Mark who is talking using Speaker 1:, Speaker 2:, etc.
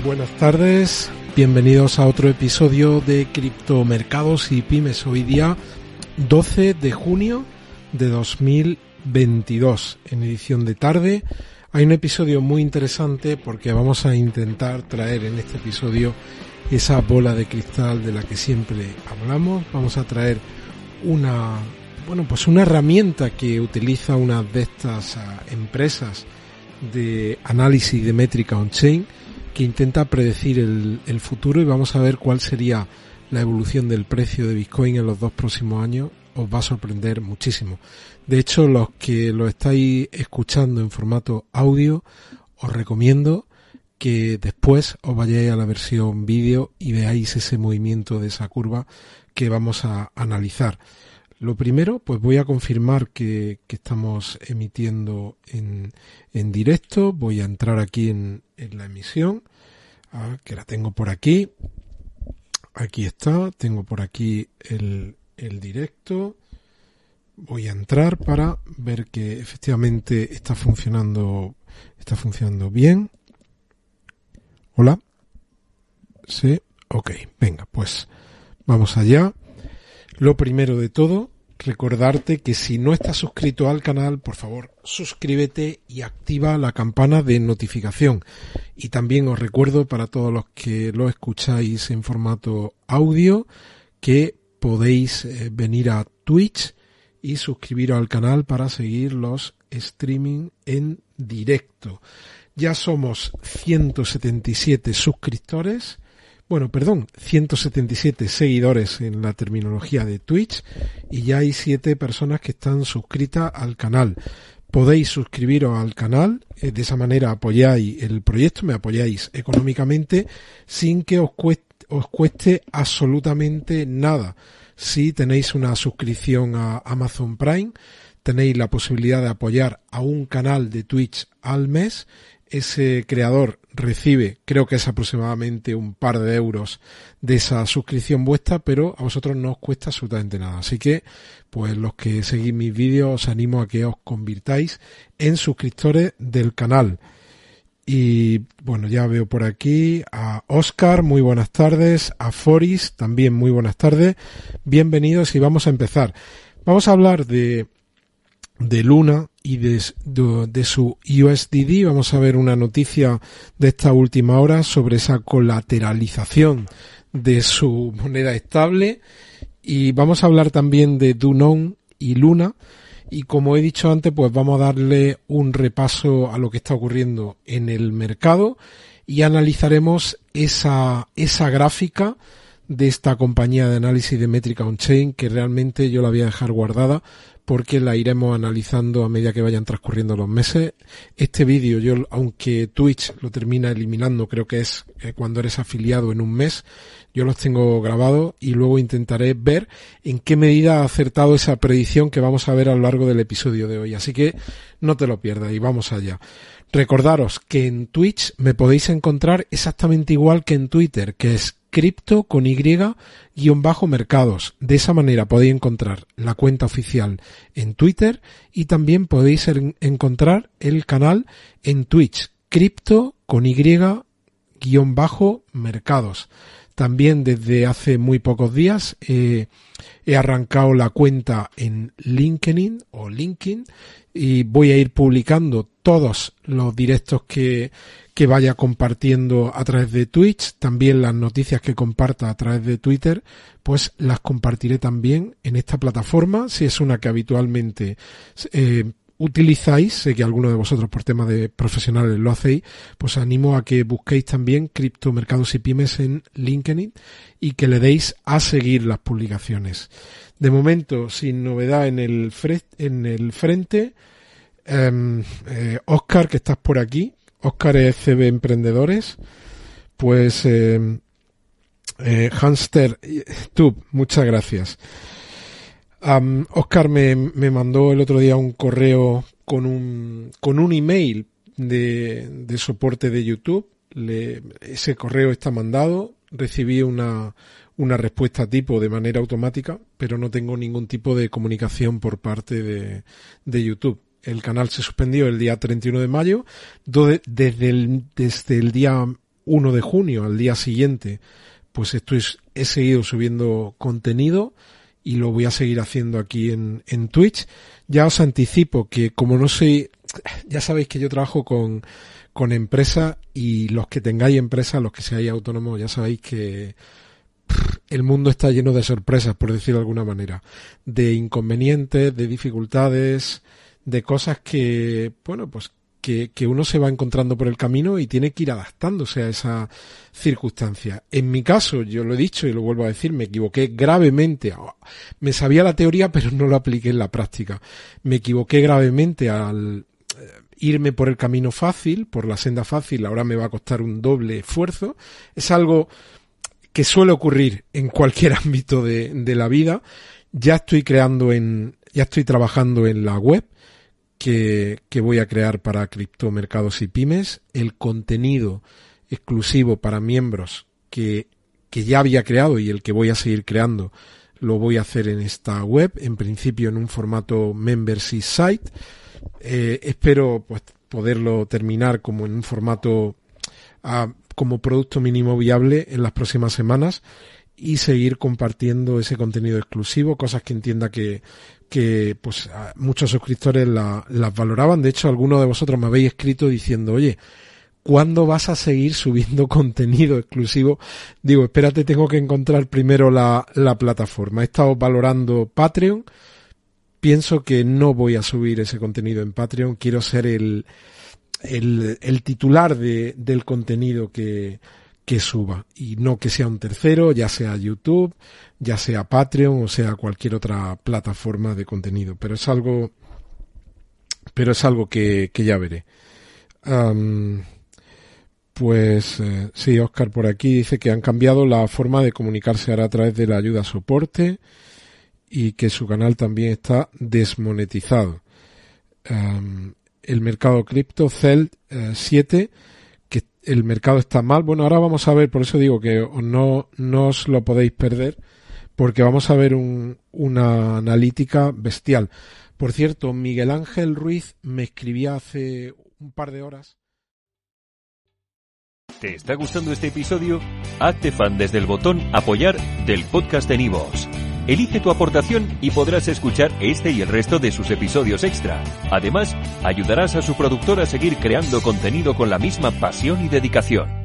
Speaker 1: Buenas tardes, bienvenidos a otro episodio de Criptomercados y Pymes. Hoy día 12 de junio de 2022, en edición de tarde. Hay un episodio muy interesante porque vamos a intentar traer en este episodio esa bola de cristal de la que siempre hablamos. Vamos a traer una herramienta que utiliza una de estas empresas de análisis de métrica on-chain que intenta predecir el futuro, y vamos a ver cuál sería la evolución del precio de Bitcoin en los 2 próximos años. Os va a sorprender muchísimo. De hecho, los que lo estáis escuchando en formato audio, os recomiendo que después os vayáis a la versión vídeo y veáis ese movimiento de esa curva que vamos a analizar. Lo primero, pues voy a confirmar que estamos emitiendo en directo. Voy a entrar aquí en la emisión, que la tengo por aquí. Aquí está, tengo por aquí el directo. Voy a entrar para ver que efectivamente está funcionando bien. Hola. Sí, ok, venga, pues vamos allá. Lo primero de todo, recordarte que si no estás suscrito al canal, por favor, suscríbete y activa la campana de notificación. Y también os recuerdo, para todos los que lo escucháis en formato audio, que podéis venir a Twitch y suscribiros al canal para seguir los streaming en directo. Ya somos 177 suscriptores. 177 seguidores en la terminología de Twitch, y ya hay 7 personas que están suscritas al canal. Podéis suscribiros al canal, de esa manera apoyáis el proyecto, me apoyáis económicamente sin que os cueste absolutamente nada. Si tenéis una suscripción a Amazon Prime, tenéis la posibilidad de apoyar a un canal de Twitch al mes. Ese creador recibe, creo que es aproximadamente un par de euros de esa suscripción vuestra, pero a vosotros no os cuesta absolutamente nada. Así que, pues los que seguís mis vídeos, os animo a que os convirtáis en suscriptores del canal. Y bueno, ya veo por aquí a Oscar, muy buenas tardes, a Foris, también muy buenas tardes, bienvenidos, y vamos a empezar. Vamos a hablar de Luna y de su USDD. Vamos a ver una noticia de esta última hora sobre esa colateralización de su moneda estable, y vamos a hablar también de Dunon y Luna. Y como he dicho antes, pues vamos a darle un repaso a lo que está ocurriendo en el mercado y analizaremos esa gráfica de esta compañía de análisis de métrica on-chain, que realmente yo la voy a dejar guardada porque la iremos analizando a medida que vayan transcurriendo los meses. Este vídeo, yo, aunque Twitch lo termina eliminando, creo que es cuando eres afiliado en un mes, yo los tengo grabados y luego intentaré ver en qué medida ha acertado esa predicción que vamos a ver a lo largo del episodio de hoy. Así que no te lo pierdas y vamos allá. Recordaros que en Twitch me podéis encontrar exactamente igual que en Twitter, que es cripto con Y-mercados. De esa manera podéis encontrar la cuenta oficial en Twitter y también podéis encontrar el canal en Twitch, cripto con Y-mercados. También desde hace muy pocos días he arrancado la cuenta en LinkedIn y voy a ir publicando todos los directos que vaya compartiendo a través de Twitch. También las noticias que comparta a través de Twitter, pues las compartiré también en esta plataforma, si es una que habitualmente utilizáis. Sé que algunos de vosotros por temas de profesionales lo hacéis, pues animo a que busquéis también Criptomercados y Pymes en LinkedIn y que le deis a seguir las publicaciones. De momento, sin novedad en el frente. Oscar, que estás por aquí. Oscar es CB Emprendedores. Pues Hamster Tube, muchas gracias. Oscar me mandó el otro día un correo con un email de soporte de YouTube. Ese correo está mandado. Recibí una respuesta tipo de manera automática, pero no tengo ningún tipo de comunicación por parte de YouTube. El canal se suspendió el día 31 de mayo. Desde el día 1 de junio, al día siguiente, pues he seguido subiendo contenido y lo voy a seguir haciendo aquí en Twitch. Ya os anticipo que como no soy, ya sabéis que yo trabajo con empresas, y los que tengáis empresas, los que seáis autónomos, ya sabéis que el mundo está lleno de sorpresas, por decirlo de alguna manera, de inconvenientes, de dificultades, de cosas que, bueno, pues que uno se va encontrando por el camino y tiene que ir adaptándose a esa circunstancia. En mi caso, yo lo he dicho y lo vuelvo a decir, me equivoqué gravemente. Me sabía la teoría, pero no lo apliqué en la práctica. Me equivoqué gravemente al irme por el camino fácil, por la senda fácil. Ahora me va a costar un doble esfuerzo. Es algo que suele ocurrir en cualquier ámbito de la vida. Ya estoy trabajando en la web que voy a crear para criptomercados y pymes, el contenido exclusivo para miembros que ya había creado y el que voy a seguir creando lo voy a hacer en esta web, en principio en un formato membership site. Espero pues poderlo terminar como en un formato como producto mínimo viable en las próximas semanas y seguir compartiendo ese contenido exclusivo, cosas que entienda que pues muchos suscriptores las valoraban. De hecho, algunos de vosotros me habéis escrito diciendo, oye, ¿cuándo vas a seguir subiendo contenido exclusivo? Digo, espérate, tengo que encontrar primero la plataforma. He estado valorando Patreon. Pienso que no voy a subir ese contenido en Patreon. Quiero ser el titular del contenido que suba, y no que sea un tercero, ya sea YouTube, ya sea Patreon o sea cualquier otra plataforma de contenido, pero es algo que ya veré. Sí, Oscar por aquí dice que han cambiado la forma de comunicarse ahora a través de la ayuda a soporte y que su canal también está desmonetizado. El mercado cripto CEL 7, que el mercado está mal. Bueno, ahora vamos a ver, por eso digo que no os lo podéis perder, porque vamos a ver una analítica bestial. Por cierto, Miguel Ángel Ruiz me escribía hace un par de horas.
Speaker 2: ¿Te está gustando este episodio? Hazte fan desde el botón Apoyar del podcast de Nivos. Elige tu aportación y podrás escuchar este y el resto de sus episodios extra. Además, ayudarás a su productor a seguir creando contenido con la misma pasión y dedicación.